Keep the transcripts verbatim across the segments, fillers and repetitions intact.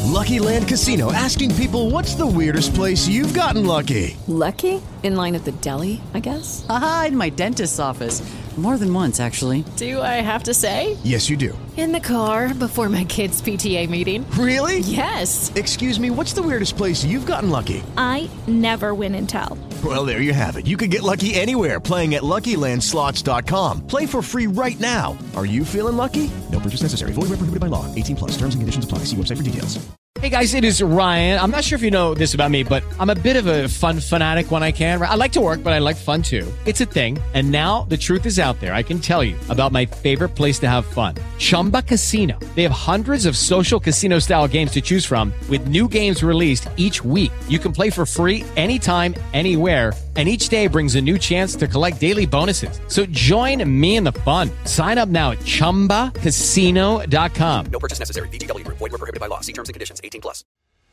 Lucky Land Casino, asking people, what's the weirdest place you've gotten lucky? Lucky? In line at the deli, I guess? Aha, in my dentist's office. More than once, actually. Do I have to say? Yes, you do. In the car before my kids' P T A meeting. Really? Yes. Excuse me, what's the weirdest place you've gotten lucky? I never win and tell. Well, there you have it. You can get lucky anywhere, playing at Lucky Land Slots dot com. Play for free right now. Are you feeling lucky? No purchase necessary. Void where prohibited by law. eighteen plus. Terms and conditions apply. See website for details. Hey guys, it is Ryan. I'm not sure if you know this about me, but I'm a bit of a fun fanatic when I can. I like to work, but I like fun too. It's a thing. And now the truth is out there. I can tell you about my favorite place to have fun. Chumba Casino. They have hundreds of social casino style games to choose from with new games released each week. You can play for free anytime, anywhere. And each day brings a new chance to collect daily bonuses. So join me in the fun. Sign up now at chumba casino dot com. No purchase necessary. V G W Group. Void where prohibited by law. See terms and conditions. eighteen plus.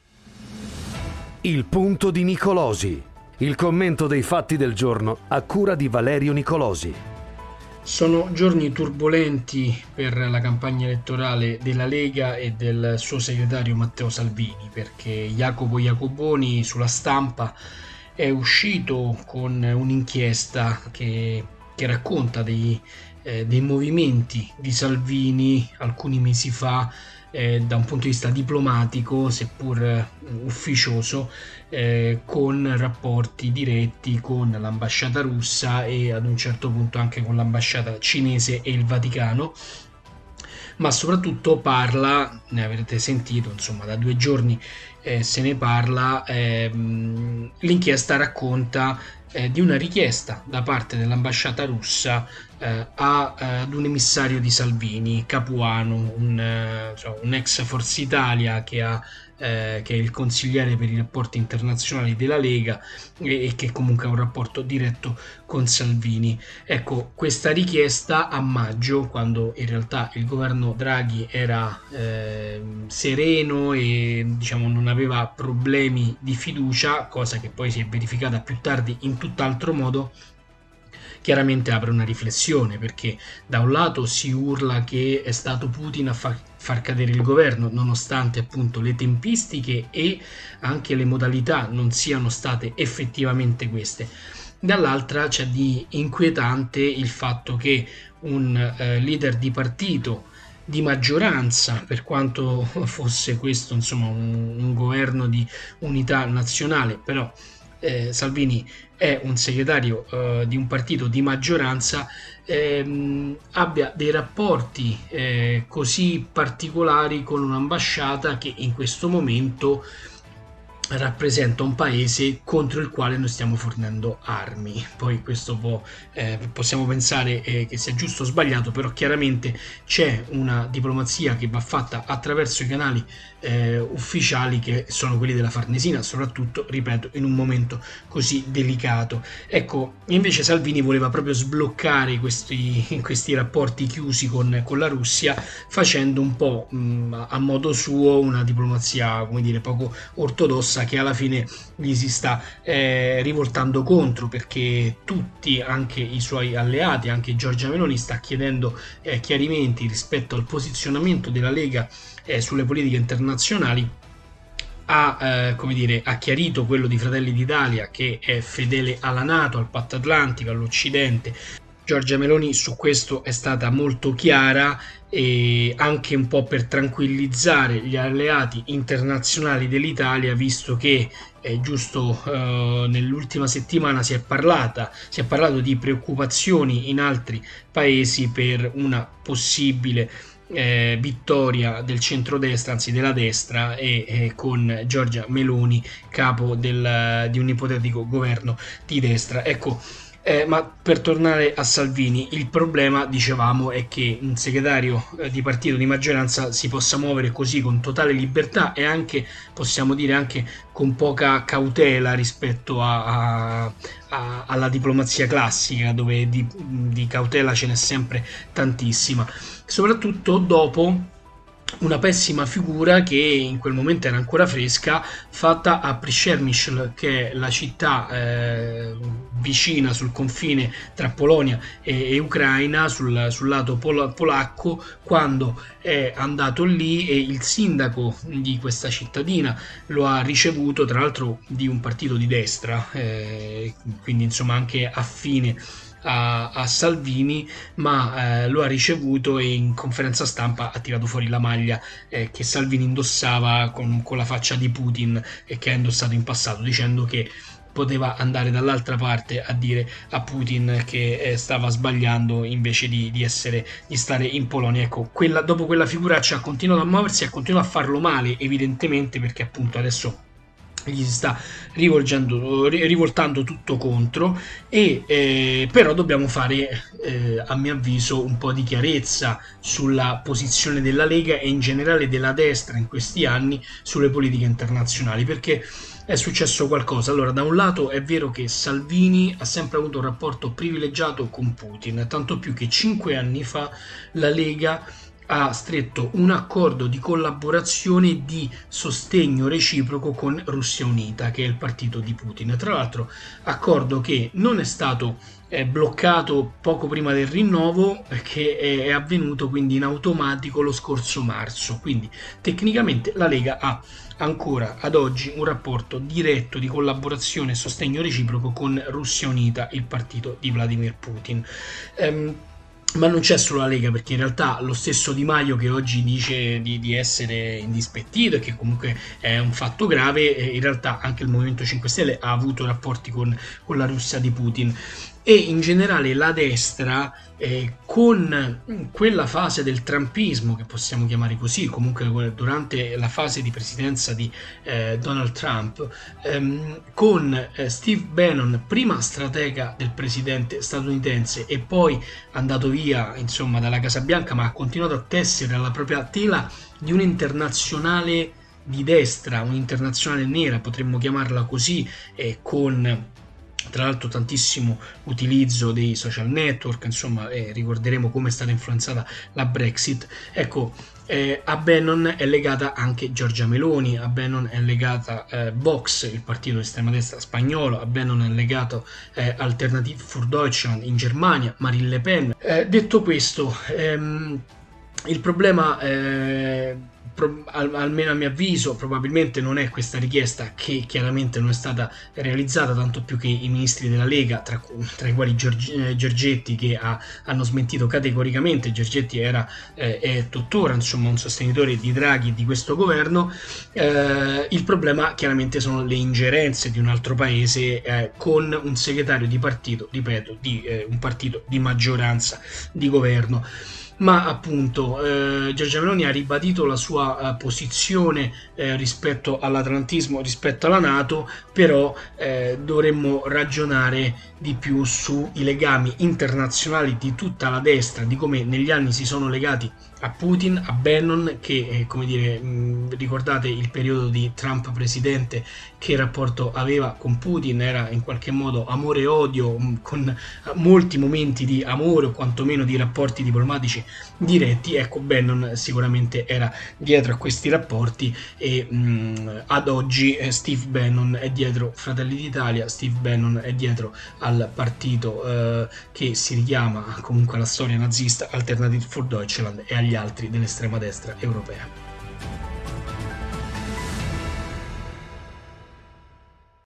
Il punto di Nicolosi. Il commento dei fatti del giorno a cura di Valerio Nicolosi. Sono giorni turbolenti per la campagna elettorale della Lega e del suo segretario Matteo Salvini, perché Jacopo Iacoboni sulla Stampa è uscito con un'inchiesta che, che racconta dei, eh, dei movimenti di Salvini alcuni mesi fa eh, da un punto di vista diplomatico, seppur eh, ufficioso, eh, con rapporti diretti con l'ambasciata russa e ad un certo punto anche con l'ambasciata cinese e il Vaticano. Ma soprattutto parla, ne avrete sentito, insomma, da due giorni eh, se ne parla, ehm, l'inchiesta racconta eh, di una richiesta da parte dell'ambasciata russa eh, a, eh, ad un emissario di Salvini, Capuano, un, eh, cioè, un ex Forza Italia che ha Eh, che è il consigliere per i rapporti internazionali della Lega e, e che comunque ha un rapporto diretto con Salvini. Ecco, questa richiesta a maggio, quando in realtà il governo Draghi era eh, sereno e diciamo non aveva problemi di fiducia, cosa che poi si è verificata più tardi in tutt'altro modo, chiaramente apre una riflessione, perché da un lato si urla che è stato Putin a far, far cadere il governo, nonostante appunto le tempistiche e anche le modalità non siano state effettivamente queste. Dall'altra c'è di inquietante il fatto che un eh, leader di partito di maggioranza, per quanto fosse questo insomma un, un governo di unità nazionale, però Eh, Salvini è un segretario eh, di un partito di maggioranza, ehm, abbia dei rapporti eh, così particolari con un'ambasciata che in questo momento rappresenta un paese contro il quale noi stiamo fornendo armi. Poi questo può, eh, possiamo pensare eh, che sia giusto o sbagliato, però chiaramente c'è una diplomazia che va fatta attraverso i canali eh, ufficiali, che sono quelli della Farnesina, soprattutto, ripeto, in un momento così delicato. Ecco, invece Salvini voleva proprio sbloccare questi, questi rapporti chiusi con, con la Russia, facendo un po' mh, a modo suo una diplomazia, come dire, poco ortodossa, che alla fine gli si sta eh, rivoltando contro, perché tutti, anche i suoi alleati, anche Giorgia Meloni, sta chiedendo eh, chiarimenti rispetto al posizionamento della Lega eh, sulle politiche internazionali. Ha, eh, come dire, ha chiarito quello di Fratelli d'Italia, che è fedele alla NATO, al Patto Atlantico, all'Occidente. Giorgia Meloni su questo è stata molto chiara, e anche un po' per tranquillizzare gli alleati internazionali dell'Italia, visto che eh, giusto eh, nell'ultima settimana si è parlata si è parlato di preoccupazioni in altri paesi per una possibile Eh, vittoria del centrodestra, anzi della destra, e eh, con Giorgia Meloni capo del, di un ipotetico governo di destra. Ecco, eh, ma per tornare a Salvini, il problema, dicevamo, è che un segretario eh, di partito di maggioranza si possa muovere così con totale libertà e anche, possiamo dire, anche con poca cautela rispetto a, a, a, alla diplomazia classica, dove di, di cautela ce n'è sempre tantissima, soprattutto dopo una pessima figura che in quel momento era ancora fresca, fatta a Przemyśl, che è la città eh, vicina sul confine tra Polonia e, e Ucraina, sul, sul lato pol- polacco, quando è andato lì e il sindaco di questa cittadina lo ha ricevuto, tra l'altro di un partito di destra, eh, quindi insomma anche affine A, a Salvini, ma eh, lo ha ricevuto e in conferenza stampa ha tirato fuori la maglia eh, che Salvini indossava con, con la faccia di Putin e che ha indossato in passato, dicendo che poteva andare dall'altra parte a dire a Putin che eh, stava sbagliando invece di, di, essere, di stare in Polonia. Ecco, quella, dopo quella figuraccia ha continuato a muoversi, ha continuato a farlo male evidentemente, perché appunto adesso gli si sta rivolgendo, rivoltando tutto contro, e eh, però dobbiamo fare eh, a mio avviso un po' di chiarezza sulla posizione della Lega e in generale della destra in questi anni sulle politiche internazionali, perché è successo qualcosa. Allora, da un lato è vero che Salvini ha sempre avuto un rapporto privilegiato con Putin, tanto più che cinque anni fa la Lega ha stretto un accordo di collaborazione e di sostegno reciproco con Russia Unita, che è il partito di Putin. Tra l'altro, accordo che non è stato eh, bloccato poco prima del rinnovo, che è, è avvenuto quindi in automatico lo scorso marzo. Quindi tecnicamente la Lega ha ancora ad oggi un rapporto diretto di collaborazione e sostegno reciproco con Russia Unita, il partito di Vladimir Putin. Um, Ma non c'è solo la Lega, perché in realtà lo stesso Di Maio, che oggi dice di, di essere indispettito e che comunque è un fatto grave, in realtà anche il Movimento cinque Stelle ha avuto rapporti con, con la Russia di Putin. E in generale la destra, eh, con quella fase del trumpismo, che possiamo chiamare così, comunque durante la fase di presidenza di eh, Donald Trump, ehm, con eh, Steve Bannon, prima stratega del presidente statunitense e poi andato via insomma dalla Casa Bianca, ma ha continuato a tessere la propria tela di un'internazionale di destra, un'internazionale nera, potremmo chiamarla così, eh, con tra l'altro tantissimo utilizzo dei social network, insomma eh, ricorderemo come è stata influenzata la Brexit. Ecco, eh, a Bannon è legata anche Giorgia Meloni, a Bannon è legata eh, Vox, il partito di estrema destra spagnolo, a Bannon è legato eh, Alternative für Deutschland in Germania, Marine Le Pen. Eh, detto questo, ehm, il problema eh, Pro, al, almeno a mio avviso probabilmente non è questa richiesta, che chiaramente non è stata realizzata, tanto più che i ministri della Lega, tra, tra i quali Giorgi, eh, Giorgetti, che ha, hanno smentito categoricamente. Giorgetti era eh, è tuttora insomma un sostenitore di Draghi e di questo governo. Eh, il problema chiaramente sono le ingerenze di un altro paese eh, con un segretario di partito, ripeto, di eh, un partito di maggioranza di governo. Ma appunto eh, Giorgia Meloni ha ribadito la sua uh, posizione eh, rispetto all'atlantismo, rispetto alla NATO, però eh, dovremmo ragionare di più sui legami internazionali di tutta la destra, di come negli anni si sono legati a Putin, a Bannon, che eh, come dire, mh, ricordate il periodo di Trump presidente, che rapporto aveva con Putin, era in qualche modo amore e odio, mh, con molti momenti di amore o quantomeno di rapporti diplomatici diretti. Ecco, Bannon sicuramente era dietro a questi rapporti e mh, ad oggi eh, Steve Bannon è dietro Fratelli d'Italia, Steve Bannon è dietro al partito eh, che si richiama comunque alla storia nazista, Alternative für Deutschland, e agli altri dell'estrema destra europea.